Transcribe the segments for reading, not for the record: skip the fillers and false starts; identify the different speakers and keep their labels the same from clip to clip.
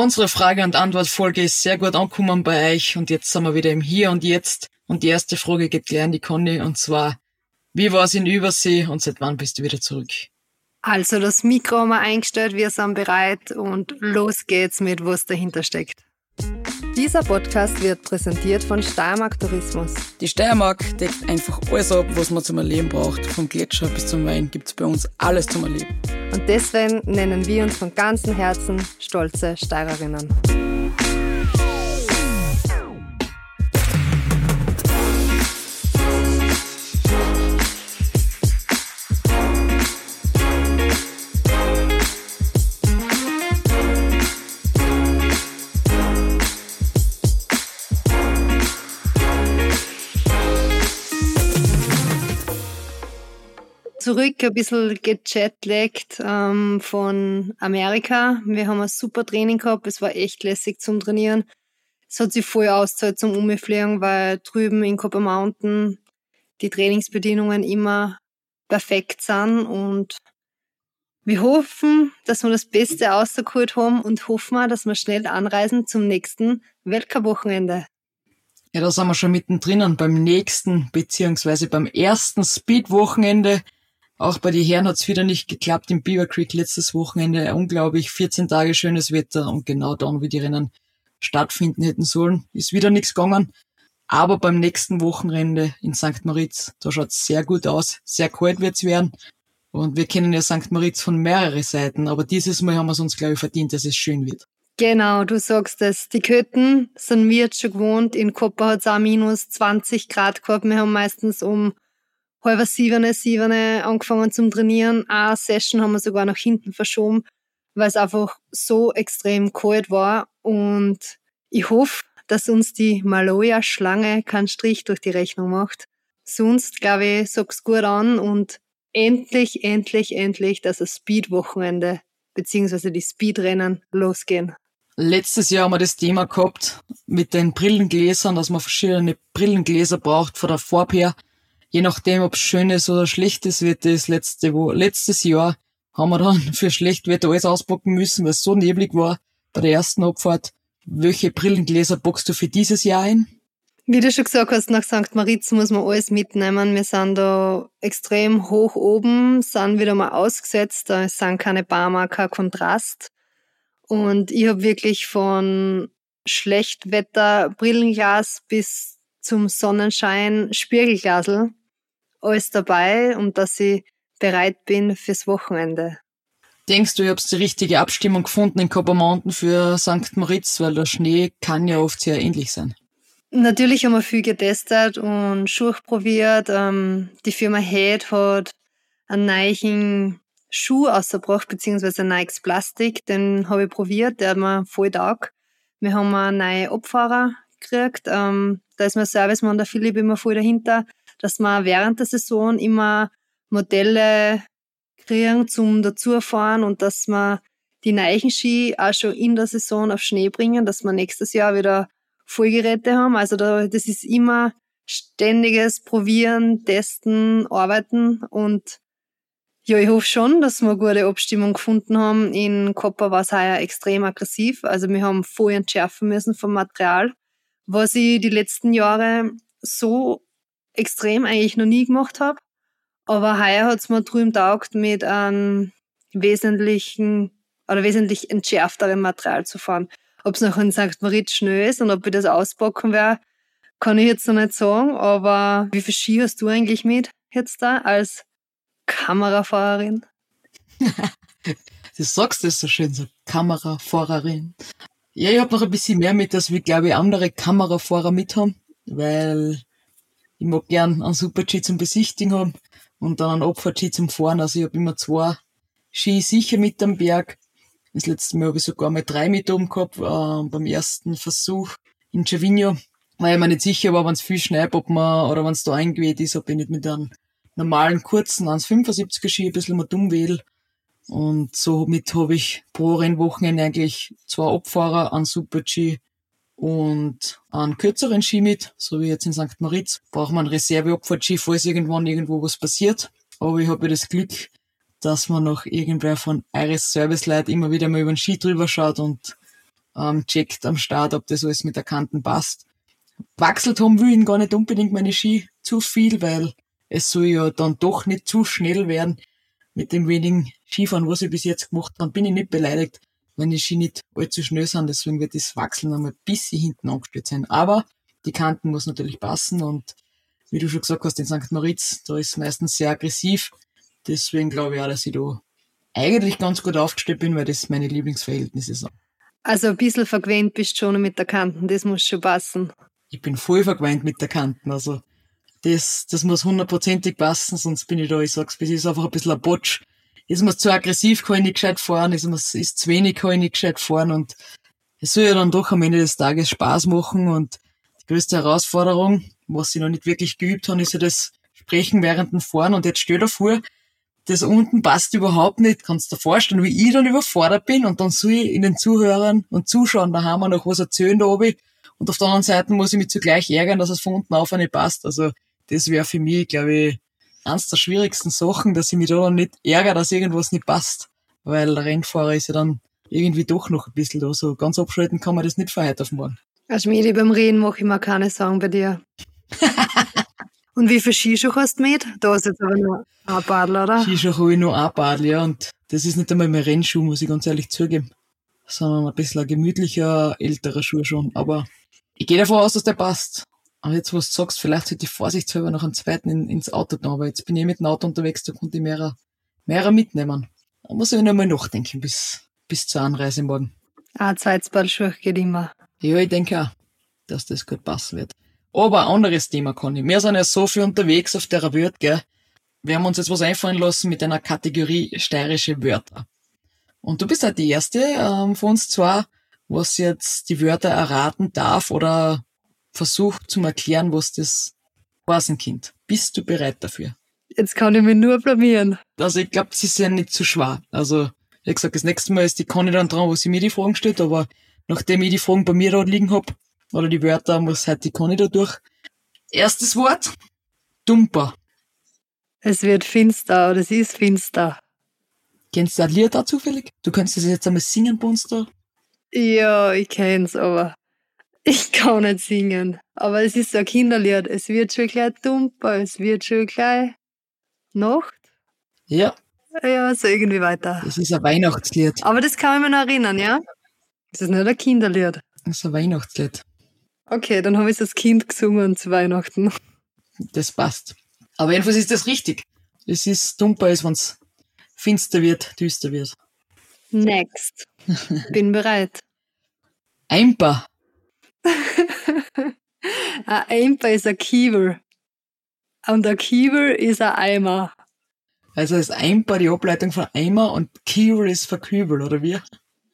Speaker 1: Unsere Frage- und Antwort-Folge ist sehr gut angekommen bei euch und jetzt sind wir wieder im Hier und Jetzt. Und die erste Frage geht gleich an die Conny und zwar, wie war es in Übersee und seit wann bist du wieder zurück?
Speaker 2: Also das Mikro haben wir eingestellt, wir sind bereit und los geht's mit, was dahinter steckt. Dieser Podcast wird präsentiert von Steiermark Tourismus.
Speaker 3: Die Steiermark deckt einfach alles ab, was man zum Erleben braucht. Vom Gletscher bis zum Wein gibt's bei uns alles zum Erleben.
Speaker 2: Und deswegen nennen wir uns von ganzem Herzen stolze Steirerinnen. Zurück, ein bisschen gejetlaggt von Amerika. Wir haben ein super Training gehabt, es war echt lässig zum Trainieren. Es hat sich voll ausgezahlt zum Umfliegen, weil drüben in Copper Mountain die Trainingsbedingungen immer perfekt sind und wir hoffen, dass wir das Beste rausgeholt haben und hoffen auch, dass wir schnell anreisen zum nächsten Weltcup-Wochenende.
Speaker 1: Ja, da sind wir schon mittendrin beim nächsten, beziehungsweise beim ersten Speed-Wochenende. Auch bei den Herren hat's wieder nicht geklappt im Beaver Creek letztes Wochenende. Unglaublich, 14 Tage schönes Wetter und genau dann, wie die Rennen stattfinden hätten sollen, ist wieder nichts gegangen. Aber beim nächsten Wochenende in St. Moritz, da schaut's sehr gut aus. Sehr kalt wird's werden. Und wir kennen ja St. Moritz von mehreren Seiten, aber dieses Mal haben wir es uns, glaube ich, verdient, dass es schön wird.
Speaker 2: Genau, du sagst es. Die Köten sind wir jetzt schon gewohnt. In Copper hat's auch minus 20 Grad gehabt. Wir haben meistens um 6:30, 7 angefangen zum Trainieren. Eine Session haben wir sogar nach hinten verschoben, weil es einfach so extrem kalt war. Und ich hoffe, dass uns die Maloja-Schlange keinen Strich durch die Rechnung macht. Sonst, glaube ich, sag's gut an und endlich, dass das Speed-Wochenende beziehungsweise die Speedrennen losgehen.
Speaker 1: Letztes Jahr haben wir das Thema gehabt mit den Brillengläsern, dass man verschiedene Brillengläser braucht von der Farbe her. Je nachdem, ob es schönes oder schlechtes Wetter ist. Letztes Jahr haben wir dann für Schlechtwetter alles auspacken müssen, weil es so neblig war bei der ersten Abfahrt. Welche Brillengläser packst du für dieses Jahr ein?
Speaker 2: Wie du schon gesagt hast, nach St. Moritz muss man alles mitnehmen. Wir sind da extrem hoch oben, sind wieder mal ausgesetzt. Da sind keine Barmer, kein Kontrast. Und ich habe wirklich von Schlechtwetter Brillenglas bis zum Sonnenschein Spiegelglasel alles dabei und dass ich bereit bin fürs Wochenende.
Speaker 1: Denkst du, ihr habt die richtige Abstimmung gefunden in Copper Mountain für St. Moritz, weil der Schnee kann ja oft sehr ähnlich sein?
Speaker 2: Natürlich haben wir viel getestet und Schuhe probiert. Die Firma Head hat einen neuen Schuh ausgebracht, beziehungsweise Nikes Plastik. Den habe ich probiert, der hat mir voll taugt. Wir haben einen neuen Abfahrer gekriegt. Da ist mein Servicemann, der Philipp, immer voll dahinter, dass wir während der Saison immer Modelle kriegen zum Dazufahren und dass wir die neuen Ski auch schon in der Saison auf Schnee bringen, dass wir nächstes Jahr wieder Vollgeräte haben. Also das ist immer ständiges Probieren, Testen, Arbeiten und ja, ich hoffe schon, dass wir eine gute Abstimmung gefunden haben. In Copper war es heuer extrem aggressiv. Also wir haben voll entschärfen müssen vom Material, was ich die letzten Jahre so extrem eigentlich noch nie gemacht habe. Aber heuer hat es mir drüben taugt, mit einem wesentlich entschärfteren Material zu fahren. Ob es noch in St. Moritz schnell ist und ob ich das auspacken werde, kann ich jetzt noch nicht sagen. Aber wie viel Ski hast du eigentlich mit jetzt da als Kamerafahrerin?
Speaker 1: Du sagst das so schön, so Kamerafahrerin. Ja, ich habe noch ein bisschen mehr mit, dass wir, glaube ich, andere Kamerafahrer mit haben, weil ich mag gern einen Super-G zum Besichtigen haben und dann einen Abfahrt-G zum Fahren. Also ich habe immer 2 Ski sicher mit am Berg. Das letzte Mal habe ich sogar mal 3 mit oben gehabt, beim ersten Versuch in Cervinho, weil ich mir nicht sicher war, wenn es viel schneit, oder wenn es da eingeweht ist, ob ich nicht mit einem normalen kurzen 1,75er Ski ein bisschen mal dumm wedel. Und somit habe ich pro Rennwochenende eigentlich 2 Abfahrer, einen Super-G und einen kürzeren Ski mit, so wie jetzt in St. Moritz. Braucht man einen Reserve-Abfahrt-Ski, falls irgendwo was passiert. Aber ich habe ja das Glück, dass man noch irgendwer von Iris Service Light immer wieder mal über den Ski drüber schaut und checkt am Start, ob das alles mit der Kanten passt. Wachselt haben will ich gar nicht unbedingt meine Ski zu viel, weil es soll ja dann doch nicht zu schnell werden. Mit dem wenigen Skifahren, was ich bis jetzt gemacht habe, bin ich nicht beleidigt, wenn die Ski nicht allzu schnell sind. Deswegen wird das Wachseln einmal ein bisschen hinten angestellt sein. Aber die Kanten muss natürlich passen und wie du schon gesagt hast, in St. Moritz, da ist es meistens sehr aggressiv. Deswegen glaube ich auch, dass ich da eigentlich ganz gut aufgestellt bin, weil das meine Lieblingsverhältnisse sind.
Speaker 2: Also ein bisschen verquent bist du schon mit der Kanten, das muss schon passen.
Speaker 1: Ich bin voll verquent mit der Kanten, also das muss 100%ig passen, sonst bin ich da, ich sag's, bis ist einfach ein bisschen ein Botsch. Ist mir zu aggressiv, kann ich nicht gescheit fahren, ist zu wenig, kann ich nicht gescheit fahren und es soll ja dann doch am Ende des Tages Spaß machen und die größte Herausforderung, was ich noch nicht wirklich geübt habe, ist ja das Sprechen während dem Fahren und jetzt stell dir vor, das unten passt überhaupt nicht, kannst du dir vorstellen, wie ich dann überfordert bin und dann soll ich in den Zuhörern und Zuschauern daheim noch was erzählen da oben und auf der anderen Seite muss ich mich zugleich ärgern, dass es von unten auf nicht passt. Also das wäre für mich, glaube ich, eins der schwierigsten Sachen, dass ich mich da dann nicht ärgere, dass irgendwas nicht passt. Weil der Rennfahrer ist ja dann irgendwie doch noch ein bisschen da. So ganz abschalten kann man das nicht von heute auf morgen.
Speaker 2: Als Schmiede beim Reden mache ich mir keine Sorgen bei dir. Und wie viele Skischuhe hast du mit? Da hast du jetzt aber nur ein Badel, oder?
Speaker 1: Skischuhe habe ich nur ein Badel, ja. Und das ist nicht einmal mein Rennschuh, muss ich ganz ehrlich zugeben. Sondern ein bisschen ein gemütlicher, älterer Schuh schon. Aber ich gehe davon aus, dass der passt. Aber jetzt, was du sagst, vielleicht sollte ich vorsichtshalber noch einen zweiten ins Auto tun, aber jetzt bin ich mit dem Auto unterwegs, da konnte ich mehrer mitnehmen. Da muss ich noch mal nachdenken bis zur Anreise morgen.
Speaker 2: Ein zweites Badelschuh geht immer.
Speaker 1: Ja, ich denke auch, dass das gut passen wird. Aber ein anderes Thema, Conny. Wir sind ja so viel unterwegs auf der Welt, gell. Wir haben uns jetzt was einfallen lassen mit einer Kategorie steirische Wörter. Und du bist halt die erste von uns zwei, was jetzt die Wörter erraten darf oder versucht zu erklären, was das heißen könnte. Bist du bereit dafür?
Speaker 2: Jetzt kann ich mich nur blamieren.
Speaker 1: Also ich glaube, das ist ja nicht zu schwer. Also, wie gesagt, das nächste Mal ist die Conny dann dran, wo sie mir die Fragen stellt, aber nachdem ich die Fragen bei mir da liegen hab, oder die Wörter, muss halt die Conny da durch. Erstes Wort, Dumper.
Speaker 2: Es wird finster, oder es ist finster.
Speaker 1: Kennst du das Lied da zufällig? Du könntest das jetzt einmal singen bei uns da.
Speaker 2: Ja, ich kenn's, aber ich kann nicht singen. Aber es ist so ein Kinderlied. Es wird schon gleich dumper, es wird schon gleich Nacht.
Speaker 1: Ja,
Speaker 2: Ja, so irgendwie weiter.
Speaker 1: das ist ein Weihnachtslied.
Speaker 2: Aber das kann ich mir noch erinnern, ja? Das ist nicht ein Kinderlied.
Speaker 1: Das ist ein Weihnachtslied.
Speaker 2: Okay, dann habe ich es als Kind gesungen zu Weihnachten.
Speaker 1: Das passt. Aber jedenfalls ist das richtig. Es ist dumper, als wenn's finster wird, düster wird.
Speaker 2: Next. Bin bereit.
Speaker 1: Eimper.
Speaker 2: Ein Eimer ist ein Kiewer. Und ein Kiewer ist ein Eimer.
Speaker 1: Also ist Eimper die Ableitung von Eimer und Kiewer ist Verkübel, oder wie?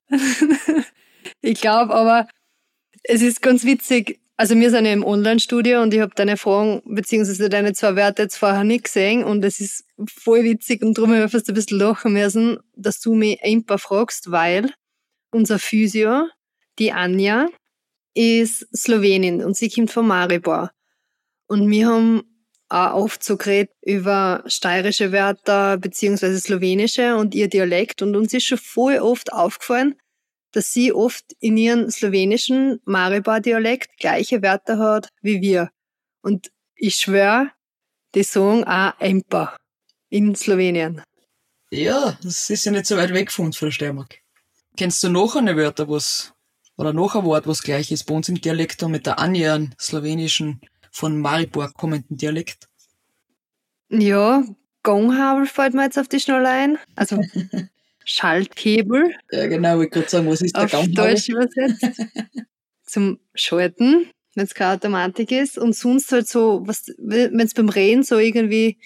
Speaker 2: Ich glaube aber, es ist ganz witzig. Also wir sind ja im Online-Studio und ich habe deine Fragen bzw. deine zwei Wörter jetzt vorher nicht gesehen und es ist voll witzig und darum habe ich fast ein bisschen lachen müssen, dass du mich Eimer fragst, weil unser Physio, die Anja, ist Slowenin und sie kommt von Maribor. Und wir haben auch oft so geredet über steirische Wörter beziehungsweise slowenische und ihr Dialekt und uns ist schon voll oft aufgefallen, dass sie oft in ihren slowenischen Maribor-Dialekt gleiche Wörter hat wie wir. Und ich schwöre, die sagen auch Eimer in Slowenien.
Speaker 1: Ja, das ist ja nicht so weit weg von uns, von der Steiermark. Kennst du noch eine Wörter, oder noch ein Wort, was gleich ist bei uns im Dialekt und mit der annähernd slowenischen, von Maribor kommenden Dialekt?
Speaker 2: Ja, Gonghabel fällt mir jetzt auf die Schnelle ein. Also Schalthebel.
Speaker 1: Ja, genau, ich gerade sagen, was ist der
Speaker 2: Auf
Speaker 1: Ganghabel?
Speaker 2: Deutsch übersetzt. Zum Schalten, wenn es keine Automatik ist. Und sonst halt so, wenn es beim Reden so irgendwie,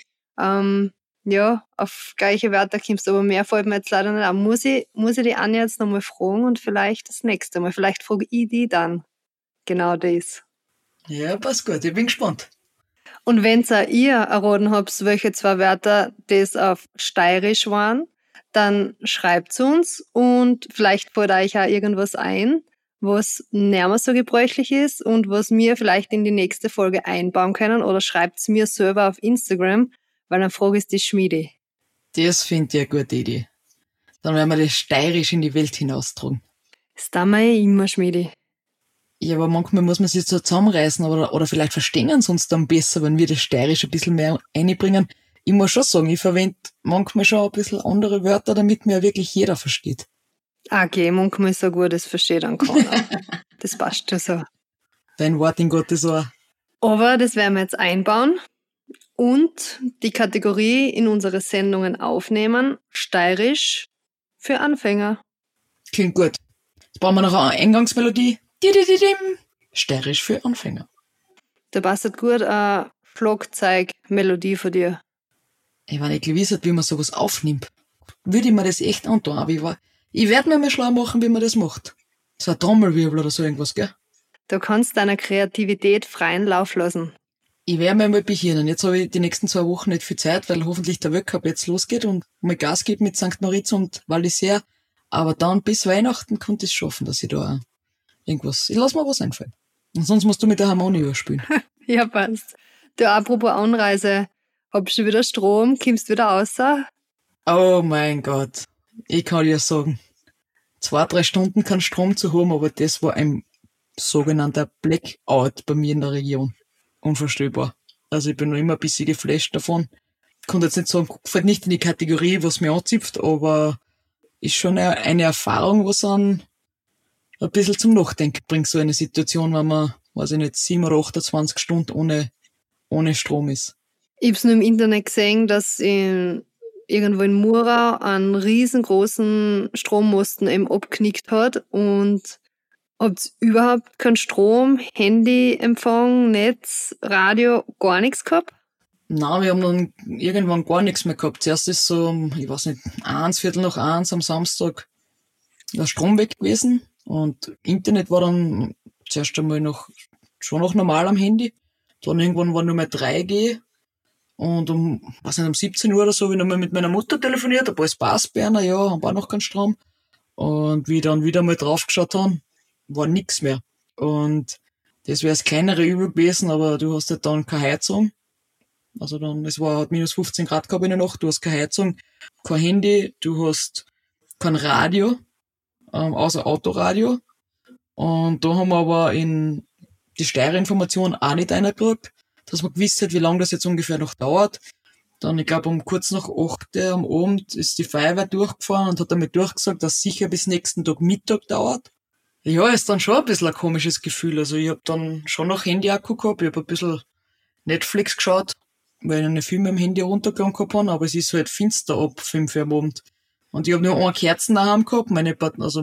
Speaker 2: auf gleiche Wörter kommst, aber mehr fällt mir jetzt leider nicht an. Muss ich die Anja jetzt nochmal fragen und vielleicht das nächste Mal. Vielleicht frage ich die dann. Genau das.
Speaker 1: Ja, passt gut, ich bin gespannt.
Speaker 2: Und wenn's auch ihr erraten habt, welche zwei Wörter das auf Steirisch waren, dann schreibt's uns und vielleicht fällt euch auch irgendwas ein, was nicht mehr so gebräuchlich ist und was wir vielleicht in die nächste Folge einbauen können oder schreibt's mir selber auf Instagram, weil dann frage ich die Schmiede.
Speaker 1: Das finde ich eine gute Idee. Dann werden wir das steirisch in die Welt hinaustragen.
Speaker 2: Ist da mal immer Schmiedi.
Speaker 1: Ja, aber manchmal muss man sich so zusammenreißen oder vielleicht verstehen sie uns dann besser, wenn wir das Steirische ein bisschen mehr einbringen. Ich muss schon sagen, ich verwende manchmal schon ein bisschen andere Wörter, damit mir wirklich jeder versteht.
Speaker 2: Okay, manchmal ist so gut, das versteht dann keiner. Das passt schon so.
Speaker 1: Dein Wort in Gottes Ohr.
Speaker 2: Aber das werden wir jetzt einbauen und die Kategorie in unsere Sendungen aufnehmen. Steirisch für Anfänger.
Speaker 1: Klingt gut. Jetzt brauchen wir noch eine Eingangsmelodie. Didididim. Steirisch für Anfänger.
Speaker 2: Da passt gut eine Schlagzeugmelodie von dir.
Speaker 1: Ich weiß nicht gewiss, wie man sowas aufnimmt. Würde ich mir das echt antun, aber ich werde mir mal schlau machen, wie man das macht. So ein Trommelwirbel oder so irgendwas, gell?
Speaker 2: Du kannst deiner Kreativität freien Lauf lassen.
Speaker 1: Ich werde mir mal behirnen. Jetzt habe ich die nächsten 2 Wochen nicht viel Zeit, weil hoffentlich der Weltcup jetzt losgeht und mal Gas gibt mit St. Moritz und Val d'Isère. Aber dann bis Weihnachten konnte ich es schaffen, dass ich da irgendwas... Ich lass mir was einfallen. Und sonst musst du mit der Harmonie spielen.
Speaker 2: Ja, passt. Du, apropos Anreise, habst du wieder Strom, kommst wieder raus?
Speaker 1: Oh mein Gott. Ich kann dir sagen, 2-3 Stunden kein Strom zu haben, aber das war ein sogenannter Blackout bei mir in der Region. Unvorstellbar. Also ich bin noch immer ein bisschen geflasht davon. Ich konnte jetzt nicht sagen, fällt nicht in die Kategorie, was mir anzipft, aber ist schon eine Erfahrung, was einen ein bisschen zum Nachdenken bringt, so eine Situation, wenn man, weiß ich nicht, 7 oder 28 Stunden ohne Strom ist.
Speaker 2: Ich hab's nur im Internet gesehen, dass irgendwo in Mura einen riesengroßen Strommasten eben abknickt hat und habt überhaupt keinen Strom, Handy, Empfang, Netz, Radio, gar nichts gehabt?
Speaker 1: Nein, wir haben dann irgendwann gar nichts mehr gehabt. Zuerst ist so, ich weiß nicht, 1:15 am Samstag der Strom weg gewesen und Internet war dann zuerst einmal schon noch normal am Handy. Dann irgendwann war nur mehr 3G und um 17 Uhr oder so habe ich nochmal mit meiner Mutter telefoniert, ein paar Spaßberner, ja, haben auch noch keinen Strom. Und wie ich dann wieder mal draufgeschaut habe, war nix mehr. Und das wäre das kleinere Übel gewesen, aber du hast halt dann keine Heizung. Also dann, hat minus 15 Grad gehabt in der Nacht, du hast keine Heizung, kein Handy, du hast kein Radio, außer Autoradio. Und da haben wir aber in die Steuerinformation auch nicht reingekriegt, dass man gewusst hat, wie lange das jetzt ungefähr noch dauert. Dann, ich glaube, um kurz nach 8 am Abend ist die Feuerwehr durchgefahren und hat damit durchgesagt, dass sicher bis nächsten Tag Mittag dauert. Ja, ist dann schon ein bisschen ein komisches Gefühl. Also ich habe dann schon noch Handy-Akku gehabt, ich habe ein bisschen Netflix geschaut, weil ich eine Filme am Handy runtergeladen gehabt habe, aber es ist halt finster ab 5 Uhr am Abend. Und ich habe nur eine Kerzen daheim gehabt, meine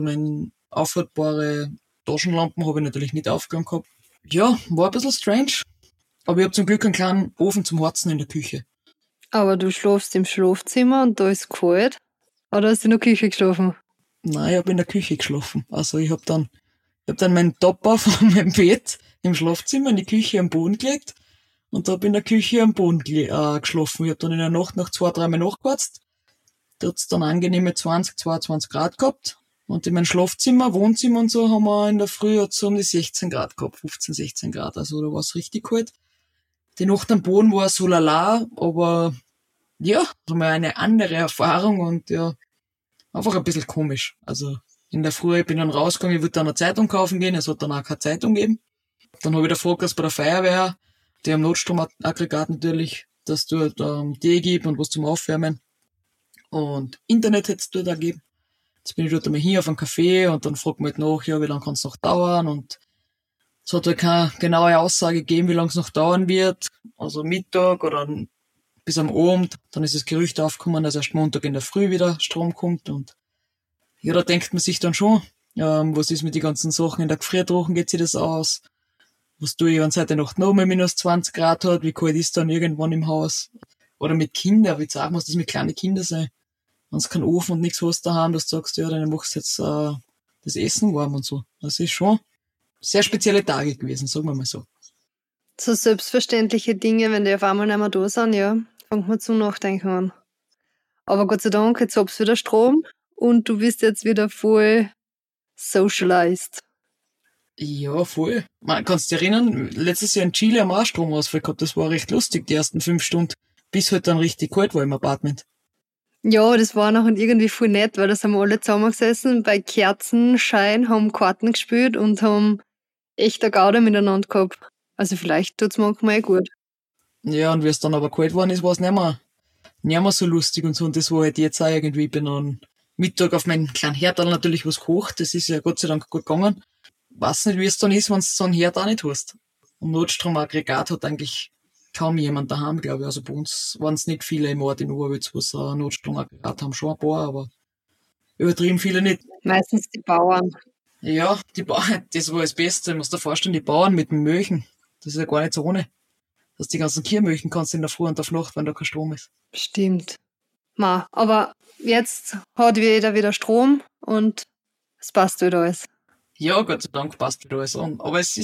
Speaker 1: aufhaltbare Taschenlampen habe ich natürlich nicht aufgegangen gehabt. Ja, war ein bisschen strange. Aber ich habe zum Glück einen kleinen Ofen zum Heizen in der Küche.
Speaker 2: Aber du schlafst im Schlafzimmer und da ist kalt? Oder hast du in der Küche geschlafen?
Speaker 1: Nein, ich habe in der Küche geschlafen. Also ich hab dann meinen Topper von meinem Bett im Schlafzimmer in die Küche am Boden gelegt und da habe ich in der Küche am Boden geschlafen. Ich habe dann in der Nacht noch 2-3 Mal nachgewatzt. Da hat's dann angenehme 22 Grad gehabt. Und in meinem Schlafzimmer, Wohnzimmer und so haben wir in der Früh so um die 16 Grad gehabt, 15, 16 Grad. Also da war es richtig kalt. Die Nacht am Boden war so lala, aber ja, so mal eine andere Erfahrung und ja, einfach ein bisschen komisch. Also in der Früh, ich bin dann rausgegangen, ich wollte dann eine Zeitung kaufen gehen, es hat dann auch keine Zeitung gegeben. Dann habe ich gefragt, dass bei der Feuerwehr, die haben Notstromaggregat natürlich, dass dort Tee gibt und was zum Aufwärmen. Und Internet hätte es dort auch gegeben. Jetzt bin ich dort einmal hier auf einen Café und dann fragt man halt nach, ja, wie lange kann es noch dauern? Und es hat halt keine genaue Aussage gegeben, wie lange es noch dauern wird. Also Mittag oder bis am Abend. Dann ist das Gerücht aufgekommen, dass erst Montag in der Früh wieder Strom kommt. Und ja, da denkt man sich dann schon, was ist mit den ganzen Sachen? In der Gefriertruhen geht sich das aus. Was tue ich, wenn es heute Nacht noch mal minus 20 Grad hat? Wie kalt ist dann irgendwann im Haus? Oder mit Kindern, wie sag muss das mit kleinen Kindern sein? Wenn du keinen Ofen und nichts hast daheim, dass du sagst, ja, dann machst du jetzt das Essen warm und so. Das ist schon sehr spezielle Tage gewesen, sagen wir mal so.
Speaker 2: So selbstverständliche Dinge, wenn die auf einmal nicht mehr da sind, ja, fängt man zum Nachdenken an. Aber Gott sei Dank, jetzt hab's wieder Strom und du bist jetzt wieder voll socialized.
Speaker 1: Ja, voll. Man, kannst du dich erinnern, letztes Jahr in Chile haben wir auch Stromausfall gehabt, das war recht lustig, die ersten 5 Stunden, bis halt dann richtig kalt war im Apartment.
Speaker 2: Ja, das war noch irgendwie voll nett, weil da sind wir alle zusammengesessen bei Kerzenschein, haben Karten gespielt und haben echt eine Gaude miteinander gehabt. Also vielleicht tut's manchmal eh gut.
Speaker 1: Ja, und wie es dann aber kalt geworden ist, war es nicht mehr so lustig und so. Und das war halt jetzt auch irgendwie, ich bin am Mittag auf meinen kleinen Herd dann natürlich was gekocht. Das ist ja Gott sei Dank gut gegangen. Weiß nicht, wie es dann ist, wenn du so einen Herd auch nicht hast. Und Notstromaggregat hat eigentlich kaum jemand daheim, glaube ich. Also bei uns waren es nicht viele im Ort in Oberwitz, was ein Notstromaggregat haben, schon ein paar, aber übertrieben viele nicht.
Speaker 2: Meistens die Bauern.
Speaker 1: Ja, die Bauern, das war das Beste. Du musst dir vorstellen, die Bauern mit dem Möchen. Das ist ja gar nicht so ohne. Dass die ganzen Kühe möchen kannst in der Früh und der Nacht, wenn da kein Strom ist.
Speaker 2: Stimmt. Aber jetzt hat jeder wieder Strom und es passt wieder alles.
Speaker 1: Ja, Gott sei Dank passt wieder alles an. Aber es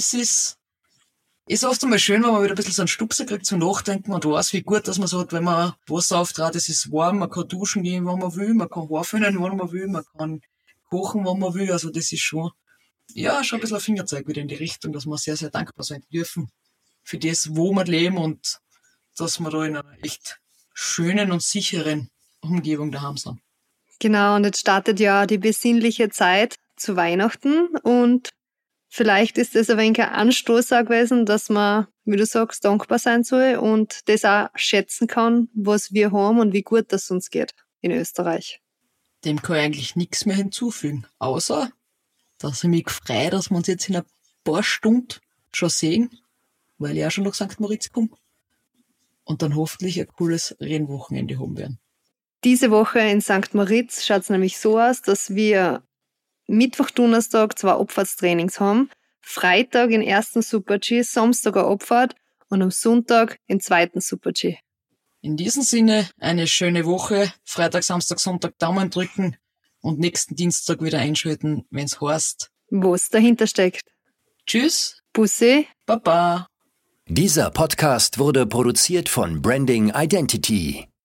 Speaker 1: ist oft einmal schön, wenn man wieder ein bisschen so einen Stupser kriegt zum Nachdenken und weiß, wie gut, dass man so hat, wenn man Wasser auftrat, es ist warm, man kann duschen gehen, wann man will, man kann Haar föhnen, wann man will, man kann kochen, wann man will. Also das ist schon ein bisschen ein Fingerzeig wieder in die Richtung, dass wir sehr, sehr dankbar sein dürfen für das, wo wir leben und dass wir da in einer echt schönen und sicheren Umgebung daheim sind.
Speaker 2: Genau, und jetzt startet ja die besinnliche Zeit zu Weihnachten und vielleicht ist das ein wenig ein Anstoß auch gewesen, dass man, wie du sagst, dankbar sein soll und das auch schätzen kann, was wir haben und wie gut das uns geht in Österreich.
Speaker 1: Dem kann ich eigentlich nichts mehr hinzufügen, außer, dass ich mich freue, dass wir uns jetzt in ein paar Stunden schon sehen, weil ich auch schon nach St. Moritz komme und dann hoffentlich ein cooles Rennwochenende haben werden.
Speaker 2: Diese Woche in St. Moritz schaut es nämlich so aus, dass wir Mittwoch, Donnerstag 2 Abfahrtstrainings haben, Freitag den ersten Super-G, Samstag eine Abfahrt und am Sonntag den zweiten Super-G.
Speaker 1: In diesem Sinne eine schöne Woche, Freitag, Samstag, Sonntag Daumen drücken und nächsten Dienstag wieder einschalten, wenn's heißt.
Speaker 2: Was dahinter steckt.
Speaker 1: Tschüss,
Speaker 2: Bussi.
Speaker 1: Baba.
Speaker 4: Dieser Podcast wurde produziert von Branding Identity.